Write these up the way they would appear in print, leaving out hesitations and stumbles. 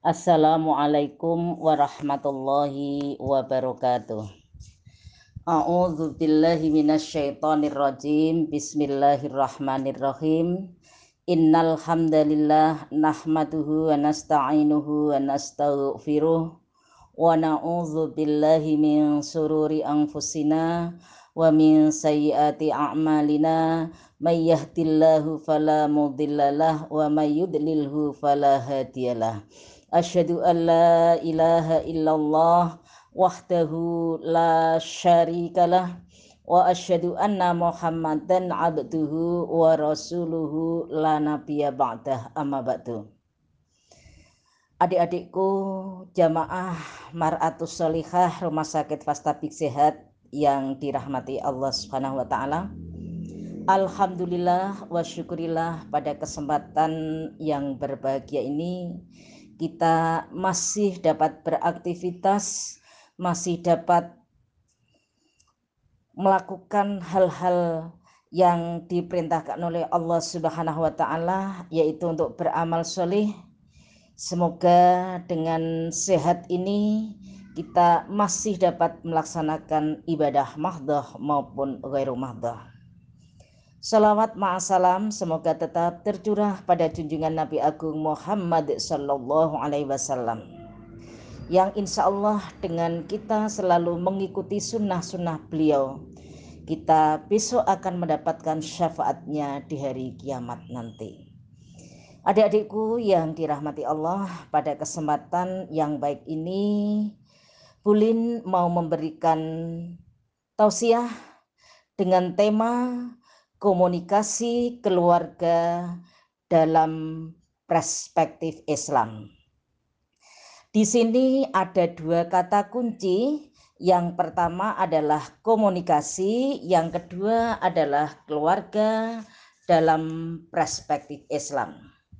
Assalamualaikum warahmatullahi wabarakatuh. A'udzu billahi minasyaitonir rajim. Bismillahirrahmanirrahim. Innal hamdalillah nahmaduhu wa nasta'inuhu wa nastaghfiruh wa na'udzu billahi min sururi anfusina wa min sayyiati a'malina. May yahdihillahu fala mudhillalah wa may yudlilhu fala hadiyalah. Asyhadu an la ilaha illallah wahdahu la syarikalah wa asyhadu anna Muhammadan abduhu wa rasuluhu la nabiyya ba'dah, amma ba'du. Adik-adikku jamaah Mar'atus Sholihah Rumah Sakit Fastabik Sehat yang dirahmati Allah Subhanahu wa taala. Alhamdulillah wa syukurillah, pada kesempatan yang berbahagia ini kita masih dapat beraktivitas, masih dapat melakukan hal-hal yang diperintahkan oleh Allah Subhanahu wa taala, yaitu untuk beramal sholih. Semoga dengan sehat ini kita masih dapat melaksanakan ibadah mahdhah maupun ghairu mahdhah. Salawat ma'asalam semoga tetap tercurah pada junjungan Nabi Agung Muhammad sallallahu alaihi wasallam, yang insya Allah dengan kita selalu mengikuti sunnah-sunnah beliau, kita besok akan mendapatkan syafaatnya di hari kiamat nanti. Adik-adikku yang dirahmati Allah, pada kesempatan yang baik ini Bulin mau memberikan tausiah dengan tema komunikasi keluarga dalam perspektif Islam. Di sini ada dua kata kunci. Yang pertama adalah komunikasi, yang kedua adalah keluarga dalam perspektif Islam.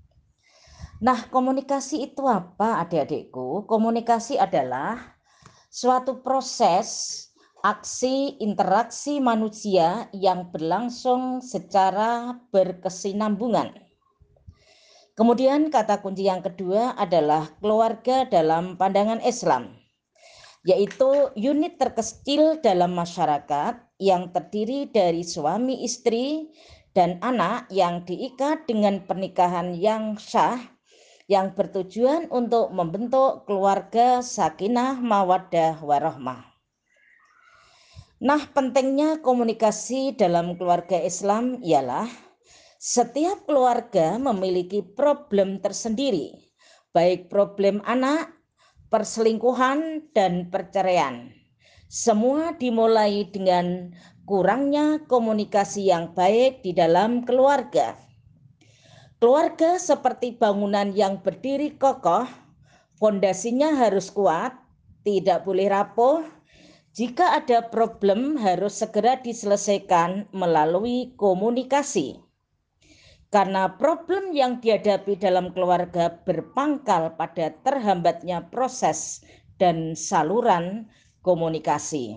Nah, komunikasi itu apa, adik-adikku? Komunikasi adalah suatu proses aksi interaksi manusia yang berlangsung secara berkesinambungan. Kemudian kata kunci yang kedua adalah keluarga dalam pandangan Islam, yaitu unit terkecil dalam masyarakat yang terdiri dari suami istri dan anak yang diikat dengan pernikahan yang sah, yang bertujuan untuk membentuk keluarga sakinah mawaddah warahmah. Nah, pentingnya komunikasi dalam keluarga Islam ialah setiap keluarga memiliki problem tersendiri, baik problem anak, perselingkuhan, dan perceraian. Semua dimulai dengan kurangnya komunikasi yang baik di dalam keluarga. Keluarga seperti bangunan yang berdiri kokoh, fondasinya harus kuat, tidak boleh rapuh. Jika ada problem harus segera diselesaikan melalui komunikasi. Karena problem yang dihadapi dalam keluarga berpangkal pada terhambatnya proses dan saluran komunikasi.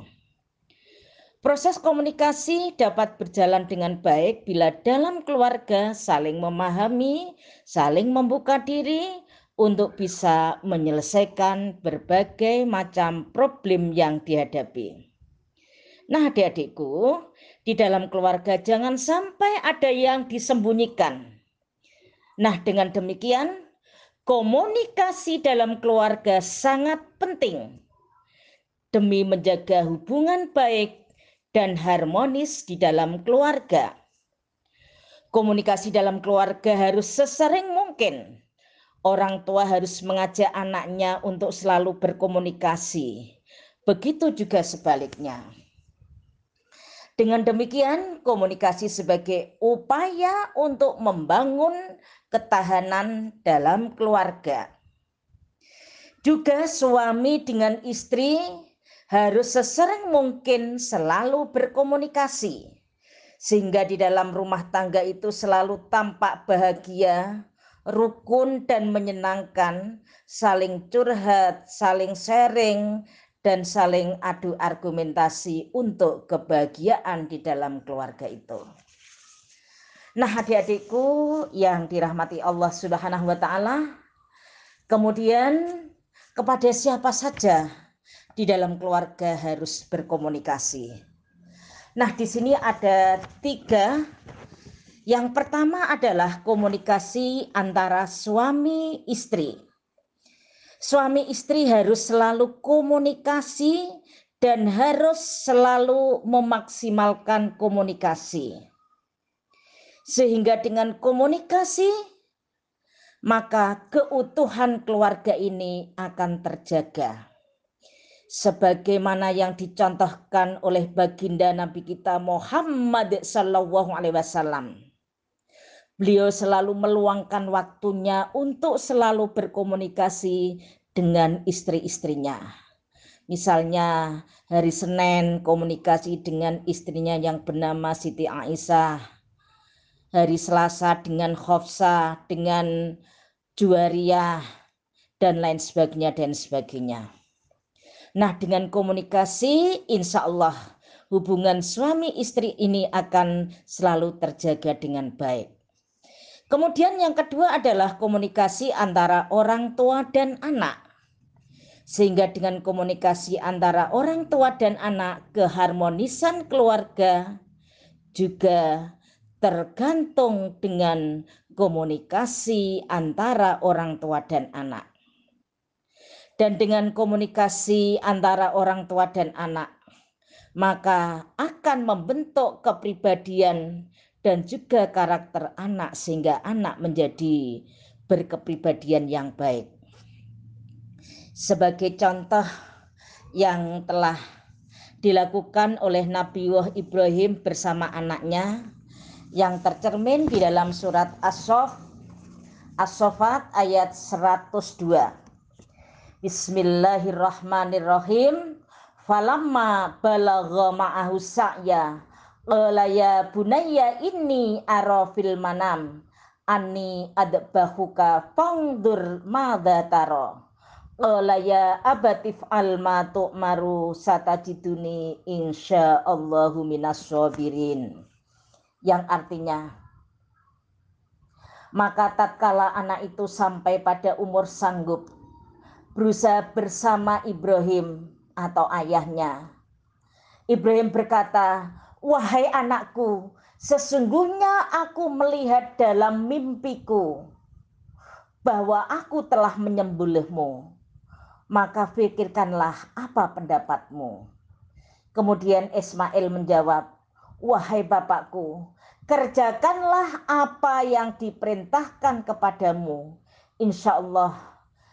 Proses komunikasi dapat berjalan dengan baik bila dalam keluarga saling memahami, saling membuka diri untuk bisa menyelesaikan berbagai macam problem yang dihadapi. Nah, adik-adikku, di dalam keluarga jangan sampai ada yang disembunyikan. Nah, dengan demikian, komunikasi dalam keluarga sangat penting demi menjaga hubungan baik dan harmonis di dalam keluarga. Komunikasi dalam keluarga harus sesering mungkin. Orang tua harus mengajak anaknya untuk selalu berkomunikasi. Begitu juga sebaliknya. Dengan demikian, komunikasi sebagai upaya untuk membangun ketahanan dalam keluarga. Juga suami dengan istri harus sesering mungkin selalu berkomunikasi, sehingga di dalam rumah tangga itu selalu tampak bahagia, rukun dan menyenangkan, saling curhat, saling sharing, dan saling adu argumentasi untuk kebahagiaan di dalam keluarga itu. Nah, adik-adikku yang dirahmati Allah Subhanahu wa taala, Kemudian kepada siapa saja di dalam keluarga harus berkomunikasi. Nah, di sini ada 3. Yang pertama adalah komunikasi antara suami istri. Suami istri harus selalu komunikasi dan harus selalu memaksimalkan komunikasi. Sehingga dengan komunikasi, maka keutuhan keluarga ini akan terjaga. Sebagaimana yang dicontohkan oleh baginda Nabi kita Muhammad SAW. Beliau selalu meluangkan waktunya untuk selalu berkomunikasi dengan istri-istrinya. Misalnya hari Senin komunikasi dengan istrinya yang bernama Siti Aisyah. Hari Selasa dengan Hafsah, dengan Juwariyah, dan lain sebagainya dan sebagainya. Nah, dengan komunikasi insya Allah hubungan suami istri ini akan selalu terjaga dengan baik. Kemudian yang kedua adalah komunikasi antara orang tua dan anak. Sehingga dengan komunikasi antara orang tua dan anak, keharmonisan keluarga juga tergantung dengan komunikasi antara orang tua dan anak. Dan dengan komunikasi antara orang tua dan anak, maka akan membentuk kepribadian dan juga karakter anak sehingga anak menjadi berkepribadian yang baik. Sebagai contoh yang telah dilakukan oleh Nabiullah Ibrahim bersama anaknya yang tercermin di dalam surat As-Saffat ayat 102. Bismillahirrahmanirrahim. Falamma balagha ma'ahu sa'ya qala ya bunayya inni ara fil manam anni adbahuka fangdur madza tara qala ya abatif al ma tu'maru satajiduni insyaallahu minas sabirin, yang artinya, maka tatkala anak itu sampai pada umur sanggup berusaha bersama Ibrahim atau ayahnya, Ibrahim berkata, "Wahai anakku, sesungguhnya aku melihat dalam mimpiku bahwa aku telah menyembelihmu. Maka pikirkanlah apa pendapatmu." Kemudian Ismail menjawab, "Wahai bapakku, kerjakanlah apa yang diperintahkan kepadamu. Insya Allah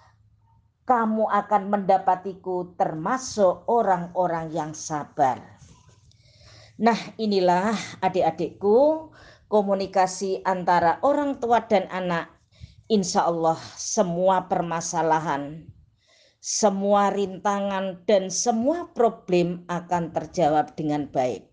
kamu akan mendapatiku termasuk orang-orang yang sabar." Nah, inilah adik-adikku, komunikasi antara orang tua dan anak. Insya Allah semua permasalahan, semua rintangan, dan semua problem akan terjawab dengan baik.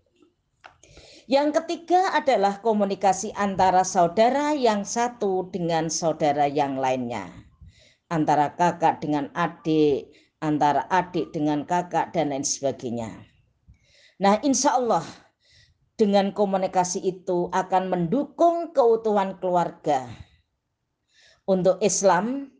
Yang ketiga adalah komunikasi antara saudara yang satu dengan saudara yang lainnya. Antara kakak dengan adik, antara adik dengan kakak, dan lain sebagainya. Nah, insya Allah dengan komunikasi itu akan mendukung keutuhan keluarga. Untuk Islam,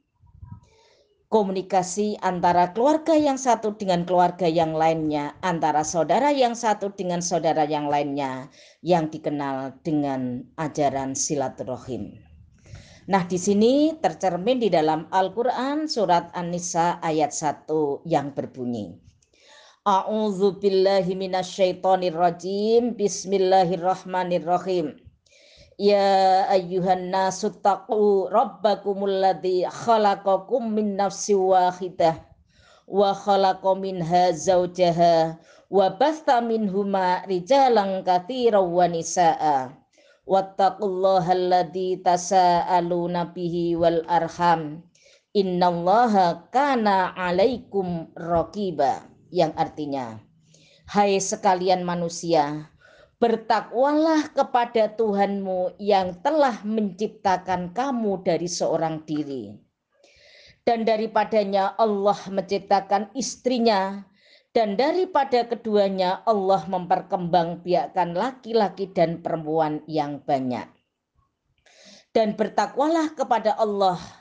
komunikasi antara keluarga yang satu dengan keluarga yang lainnya, antara saudara yang satu dengan saudara yang lainnya, yang dikenal dengan ajaran silaturahim. Nah, di sini tercermin di dalam Al-Quran surat An-Nisa ayat 1 yang berbunyi, A'udzu billahi minasyaitonir rajim. Bismillahirrahmanirrahim. Ya ayyuhan nasu taqu rabbakumul ladzi khalaqakum min nafsin wahidah wa khalaqa minha zawjaha wa basta minhuma rijalan katsiran wa nisaa. Wattaqullaha alladzi tasaaluna bihi wal arham. Innallaha kana 'alaikum raqiba, yang artinya, hai sekalian manusia, bertakwalah kepada Tuhanmu yang telah menciptakan kamu dari seorang diri. Dan daripadanya Allah menciptakan istrinya, dan daripada keduanya Allah memperkembangbiakkan laki-laki dan perempuan yang banyak. Dan bertakwalah kepada Allah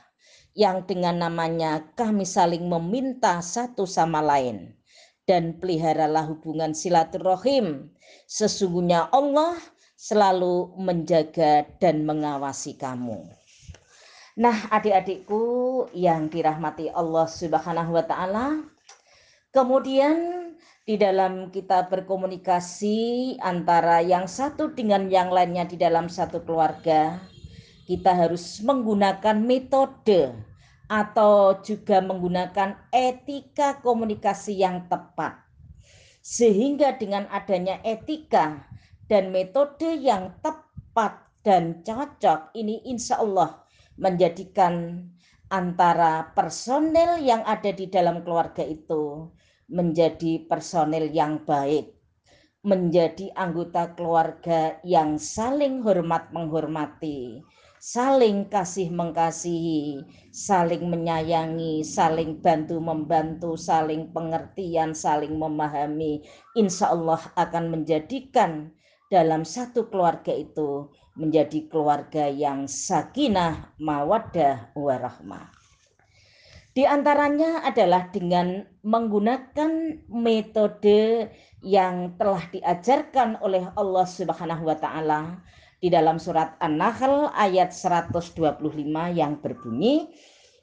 yang dengan namanya kami saling meminta satu sama lain. Dan peliharalah hubungan silaturahim. Sesungguhnya Allah selalu menjaga dan mengawasi kamu. Nah, adik-adikku yang dirahmati Allah Subhanahu wa taala, kemudian di dalam kita berkomunikasi antara yang satu dengan yang lainnya di dalam satu keluarga, kita harus menggunakan metode atau juga menggunakan etika komunikasi yang tepat. Sehingga dengan adanya etika dan metode yang tepat dan cocok, ini insya Allah menjadikan antara personel yang ada di dalam keluarga itu menjadi personel yang baik, menjadi anggota keluarga yang saling hormat menghormati, saling kasih mengasihi, saling menyayangi, saling bantu membantu, saling pengertian, saling memahami. Insya Allah akan menjadikan dalam satu keluarga itu menjadi keluarga yang sakinah, mawaddah, warahmah. Di antaranya adalah dengan menggunakan metode yang telah diajarkan oleh Allah Subhanahu wa taala di dalam surat An-Nahl ayat 125 yang berbunyi,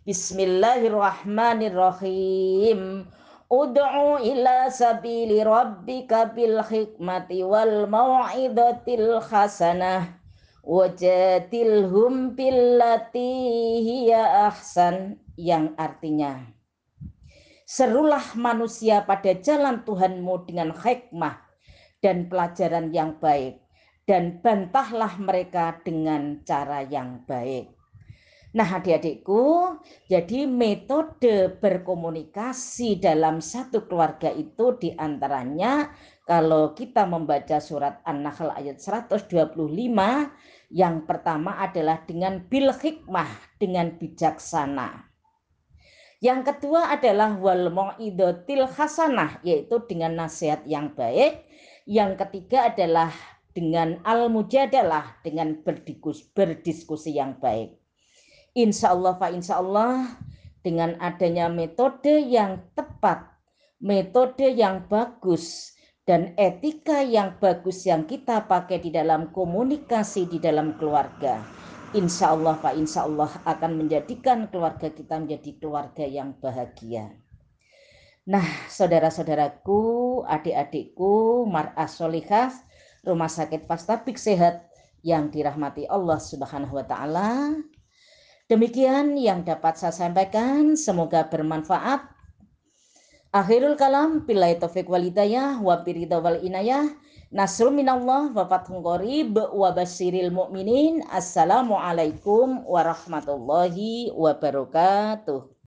Bismillahirrahmanirrahim. Ud'u ila sabili rabbika bil hikmati wal mau'izatil hasanah wajadilhum billati hiya ahsan, yang artinya serulah manusia pada jalan Tuhanmu dengan hikmah dan pelajaran yang baik, dan bantahlah mereka dengan cara yang baik. Nah, adik-adikku, jadi metode berkomunikasi dalam satu keluarga itu diantaranya kalau kita membaca surat An-Nahl ayat 125, yang pertama adalah dengan bil hikmah, dengan bijaksana. Yang kedua adalah wal mau'izatil hasanah, yaitu dengan nasihat yang baik. Yang ketiga adalah dengan al-mujadalah, dengan berdiskusi yang baik. Insya Allah dengan adanya metode yang tepat, metode yang bagus, dan etika yang bagus yang kita pakai di dalam komunikasi di dalam keluarga, insya Allah akan menjadikan keluarga kita menjadi keluarga yang bahagia. Nah, saudara-saudaraku, adik-adikku, mar'as solihah, Rumah Sakit Fastabik Sehat yang dirahmati Allah Subhanahu wa taala. Demikian yang dapat saya sampaikan, semoga bermanfaat. Akhirul kalam, billahi taufiq wal hidayah, wa biridha wal inayah, nasrun minallah wa fathun qarib wa basyiril mu'minin. Assalamualaikum warahmatullahi wabarakatuh.